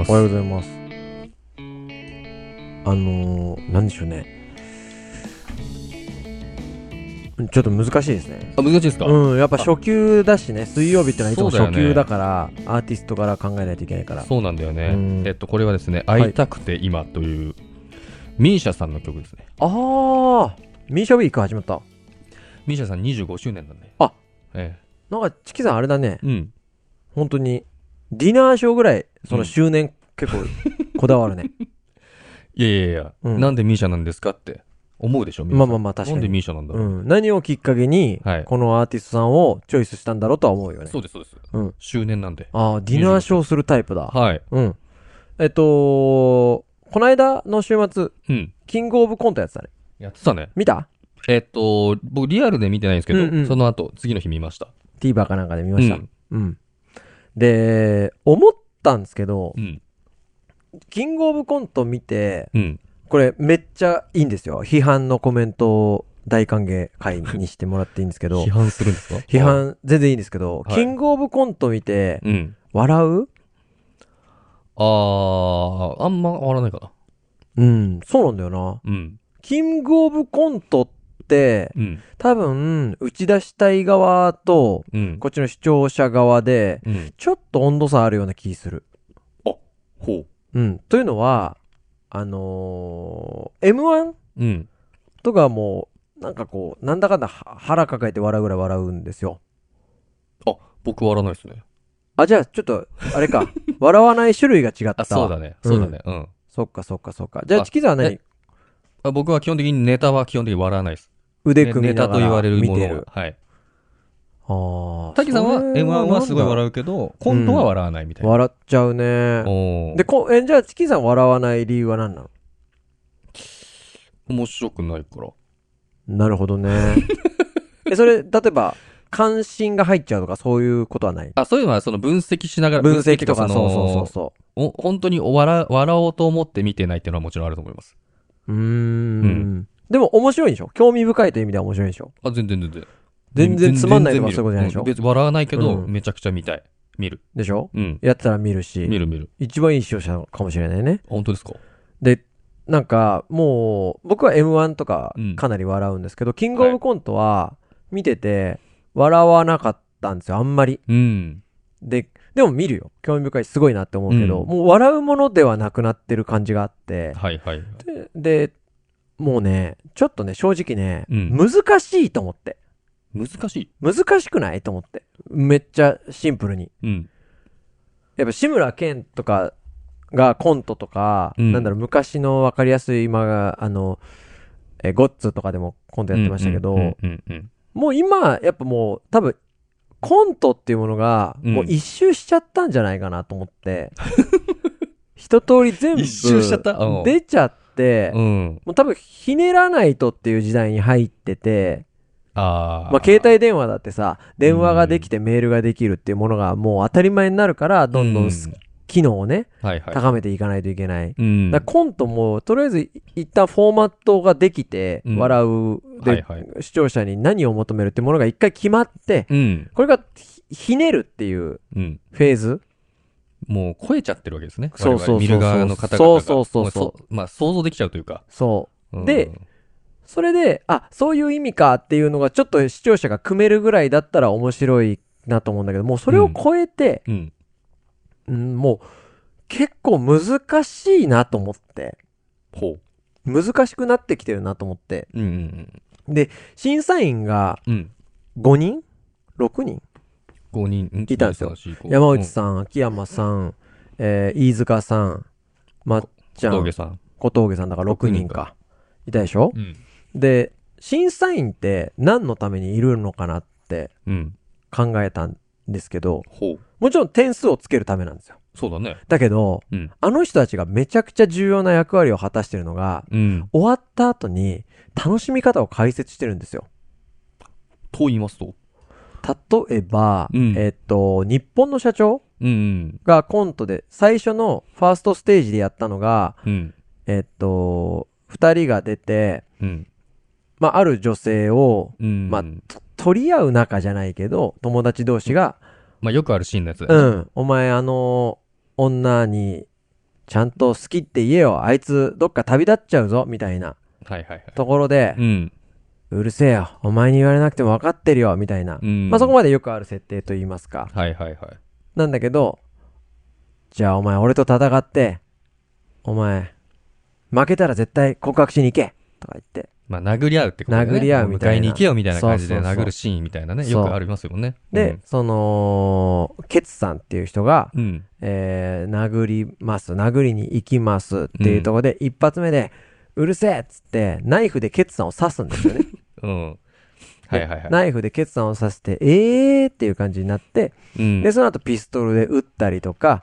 おはようございます。なんでしょうね。ちょっと難しいですね。 難しいですか？ やっぱ初級だしね、水曜日ってのはいつも初級だから、アーティストから考えないといけないから。 そうなんだよね。これはですね、会いたくて今という、ミーシャさんの曲ですね。 ミーシャウィーク始まった。 ミーシャさん25周年なんで。 なんか、チキさんあれだね。 うん。 本当に、ディナーショーぐらい、その周年、結構、こだわるね。 いや、なんでミーシャなんですかって思うでしょ、 まあ確かに。 なんでミーシャなんだろう。 何をきっかけに、このアーティストさんをチョイスしたんだろうとは思うよね。 そうです。周年なんで。 ディナーショーするタイプだ。 はい。 この間の週末、キングオブコントやってたね。 やってたね。 見た？ 僕リアルで見てないんですけど、その後、次の日見ました。 TVer かなんかで見ました。で、思ったんですけど、キングオブコント見て、これめっちゃいいんですよ。批判のコメントを大歓迎会にしてもらっていいんですけど。 批判するんですか？ 批判、全然いいんですけど、キングオブコント見て、笑う？ あんま笑わないかな。 そうなんだよな。キングオブコントって、多分、打ち出したい側と、こっちの視聴者側で、ちょっと温度差あるような気する。というのは、M1 とかもう、なんかこう、なんだかんだ腹抱えて笑うぐらい笑うんですよ。 僕笑わないですね。 じゃあ、ちょっと、あれか。笑わない種類が違った。 そうだね。 そっか。じゃあ、チキさんは何？ 僕は基本的にネタは基本的に笑わないです。 腕組みながらネタと言われるもの見てる。 はい。滝さんは M1 はすごい笑うけど、コントは笑わないみたいな。 笑っちゃうね。で、じゃあ、チキさん笑わない理由は何なの？ 面白くないから。 なるほどね。それ、例えば、関心が入っちゃうとかそういうことはない？ そういうのはその分析しながら。 分析とか、そう。 本当に笑おうと思って見てないっていうのはもちろんあると思います。 でも面白いんでしょ？興味深いという意味では面白いんでしょ？全然つまんないとかそういうことじゃないでしょ？ 別に笑わないけど、めちゃくちゃ見たい。見る。 でしょ？やってたら見るし。 見る。 一番いい視聴者かもしれないね。 本当ですか？ で、なんか、もう、僕は M1 とかかなり笑うんですけど、キングオブコントは見てて、笑わなかったんですよ、あんまり。でも見るよ。興味深い、すごいなって思うけど、もう笑うものではなくなってる感じがあって。で、もうね、ちょっとね、正直ね、難しいと思って。難しくないと思って。めっちゃシンプルに。やっぱ志村けんとかがコントとか、昔のわかりやすい今が、ゴッツとかでもコントやってましたけど、もう今、やっぱもう多分、コントっていうものが、もう一周しちゃったんじゃないかなと思って、一通り全部出ちゃって、もう多分ひねらないとっていう時代に入ってて、携帯電話だってさ、電話ができてメールができるっていうものがもう当たり前になるから、どんどん機能をね、高めていかないといけない。だコントも、とりあえず一旦フォーマットができて、笑う、で、視聴者に何を求めるっていうものが一回決まって、これがひねるっていうフェーズ、 もう超えちゃってるわけですね。 そう見る側の方々が。 そう。 まあ想像できちゃうというか。 で、それで、そういう意味かっていうのがちょっと視聴者が組めるぐらいだったら面白いなと思うんだけど、もうそれを超えて、もう結構難しいなと思って。難しくなってきてるなと思って。で、審査員が5人 ?6 人 5人いたんですよ。山内さん、秋山さん、飯塚さん、まっちゃん、小峠さんだから6人か。いたでしょ？で、審査員って何のためにいるのかなって考えたんですけど、もちろん点数をつけるためなんですよ。 そうだね。 だけど、あの人たちがめちゃくちゃ重要な役割を果たしてるのが、終わった後に楽しみ方を解説してるんですよ。 と言いますと？ 例えば、日本の社長がコントで最初のファーストステージでやったのが、二人が出て、ある女性を、取り合う仲じゃないけど、友達同士が、 よくあるシーンのやつだよね。 お前女にちゃんと好きって言えよ。あいつどっか旅立っちゃうぞ。みたいなところで、うるせえよ。お前に言われなくても分かってるよ。みたいな。まあそこまでよくある設定と言いますか。なんだけど、じゃあお前俺と戦って、お前、負けたら絶対告白しに行けとか言って。 まあ殴り合うってことね。 殴り合うみたいな。 迎えに行けよみたいな感じで殴るシーンみたいなね。よくありますよね。 で、ケツさんっていう人が、殴りに行きますっていうところで、一発目で、うるせえっつって、ナイフでケツさんを刺すんですよね。ナイフでケツさんを刺して、っていう感じになって、で、その後ピストルで撃ったりとか、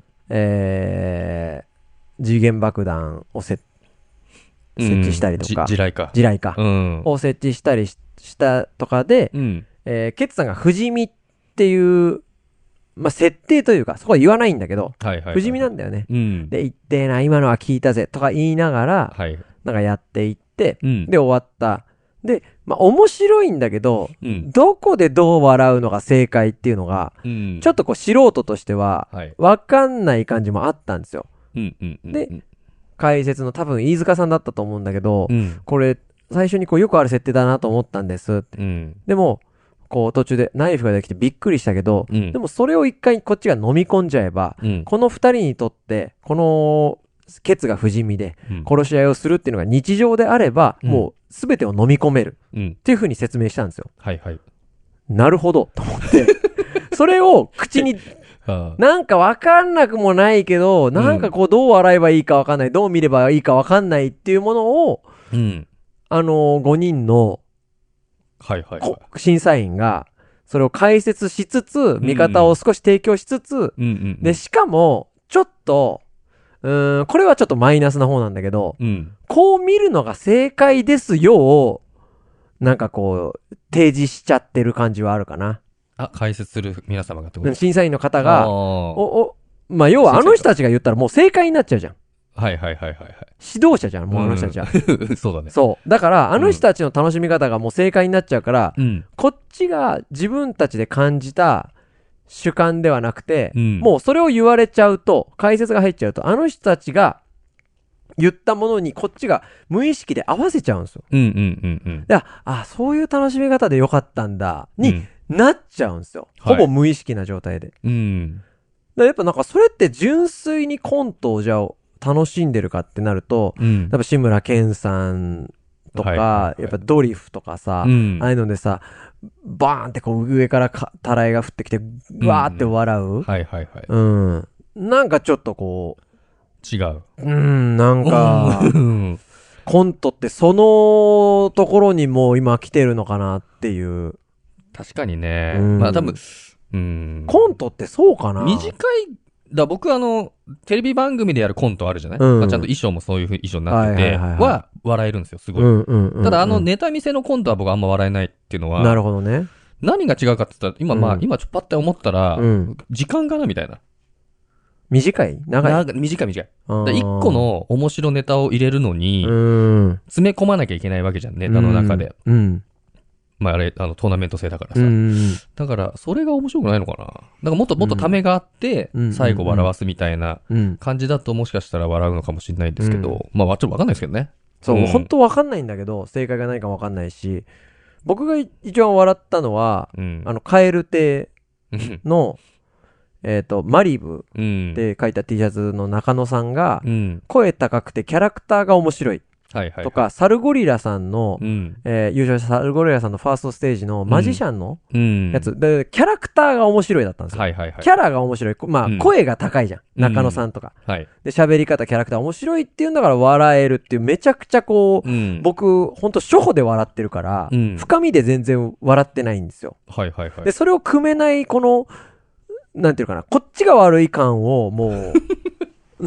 時限爆弾を設置したりとか、 地雷か、 を設置したりしたとかで、ケツさんが不死身っていう、まあ、設定というか、そこは言わないんだけど、不死身なんだよね。で、言ってえな、今のは聞いたぜとか言いながら、なんかやっていって、で、終わった。で、まあ、面白いんだけど、どこでどう笑うのが正解っていうのが、ちょっとこう素人としては、わかんない感じもあったんですよ。で、解説の多分飯塚さんだったと思うんだけど、これ最初にこうよくある設定だなと思ったんですって、でもこう途中でナイフができてびっくりしたけど、でもそれを一回こっちが飲み込んじゃえば、この二人にとってこのケツが不死身で殺し合いをするっていうのが日常であれば、もう全てを飲み込めるっていう風に説明したんですよ。なるほどと思ってそれを口になんかわかんなくもないけど、なんかこうどう笑えばいいかわかんない、どう見ればいいかわかんないっていうものを、5人の審査員がそれを解説しつつ、見方を少し提供しつつ、で、しかも、ちょっと、これはちょっとマイナスな方なんだけど、こう見るのが正解ですよを、なんかこう、提示しちゃってる感じはあるかな。 解説する皆様がってこと？ 審査員の方が、まあ、要はあの人たちが言ったらもう正解になっちゃうじゃん。指導者じゃん、もうあの人たちは。 そうだね。 そう。だから、あの人たちの楽しみ方がもう正解になっちゃうから、こっちが自分たちで感じた主観ではなくて、もうそれを言われちゃうと、解説が入っちゃうと、あの人たちが言ったものにこっちが無意識で合わせちゃうんですよ。そういう楽しみ方でよかったんだ、に、なっちゃうんですよ。ほぼ無意識な状態で。やっぱなんかそれって純粋にコントをじゃあ楽しんでるかってなると、やっぱ志村けんさんとか、やっぱドリフとかさ、ああいうのでさ、バーンってこう上からたらいが降ってきて、ぐわーって笑う。なんかちょっとこう、 違う。 なんか、コントってそのところにもう今来てるのかなっていう。 確かにね。まあ多分、 コントってそうかな。 短い、僕テレビ番組でやるコントあるじゃない、ちゃんと衣装もそういう衣装になってて、は笑えるんですよ、すごい。ただネタ見せのコントは僕あんま笑えないっていうのは。 なるほどね。 何が違うかって言ったら、今ちょっとパッて思ったら、時間かなみたいな。 短い？長い？ 短い。一個の面白ネタを入れるのに、詰め込まなきゃいけないわけじゃん、ネタの中で。まああれ、トーナメント制だからさ。だから、それが面白くないのかな。だからもっとためがあって、最後笑わすみたいな感じだともしかしたら笑うのかもしれないですけど、まあちょっとわかんないですけどね。 そう、本当わかんないんだけど、正解がないかわかんないし、僕が一番笑ったのは、カエル亭の、マリブって書いた T シャツの中野さんが、声高くてキャラクターが面白い。とか、サルゴリラさんの、優勝したサルゴリラさんのファーストステージのマジシャンのやつ、で、キャラクターが面白いだったんですよ。キャラが面白い。まあ、声が高いじゃん。中野さんとか。で、喋り方、キャラクター面白いっていうんだから笑えるっていう、めちゃくちゃこう、僕、ほんと初歩で笑ってるから、深みで全然笑ってないんですよ。で、それを組めない、この、なんていうかな、こっちが悪い感を、もう、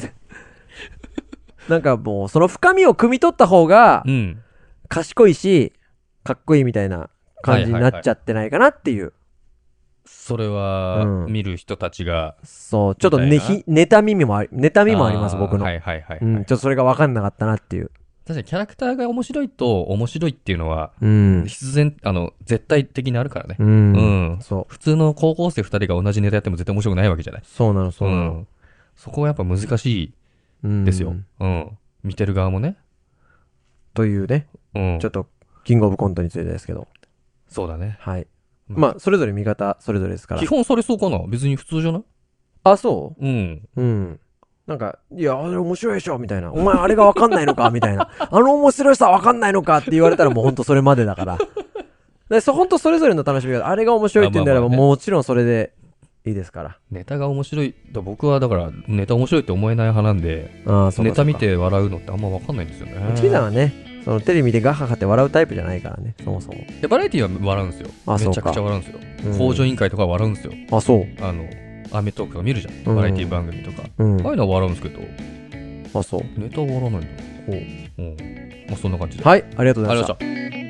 なんかもう、その深みを汲み取った方が、賢いし、かっこいいみたいな感じになっちゃってないかなっていう。 それは、見る人たちが。 そう、ちょっと妬みもあります、僕の。ちょっとそれが分かんなかったなっていう。 確かにキャラクターが面白いと面白いっていうのは、必然、絶対的にあるからね。そう。普通の高校生2人が同じネタやっても絶対面白くないわけじゃない。 そうなの。 そこはやっぱ難しいですよ。うん。見てる側もね。 というね。ちょっと、キングオブコントについてですけど。 そうだね。 はい。まあ、それぞれ見方、それぞれですから。 基本それそうかな？別に普通じゃない？ あ、そう？なんか、いや、あれ面白いでしょみたいな。お前あれがわかんないのかみたいな。あの面白さわかんないのかって言われたらもうほんとそれまでだから。ほんとそれぞれの楽しみ方。あれが面白いって言うんであれば、もちろんそれでいいですから。 ネタが面白い。僕はだから、ネタ面白いって思えない派なんで、ネタ見て笑うのってあんまわかんないんですよね。 チーザはね、そのテレビでガハハって笑うタイプじゃないからね、そもそも。 バラエティは笑うんですよ。めちゃくちゃ笑うんですよ。向上委員会とか笑うんですよ。 あ、そう。 アメトークとか見るじゃん。バラエティ番組とか。ああいうのは笑うんですけど。 あ、そう。 ネタは笑わないんだ。まあそんな感じで。 はい、ありがとうございました。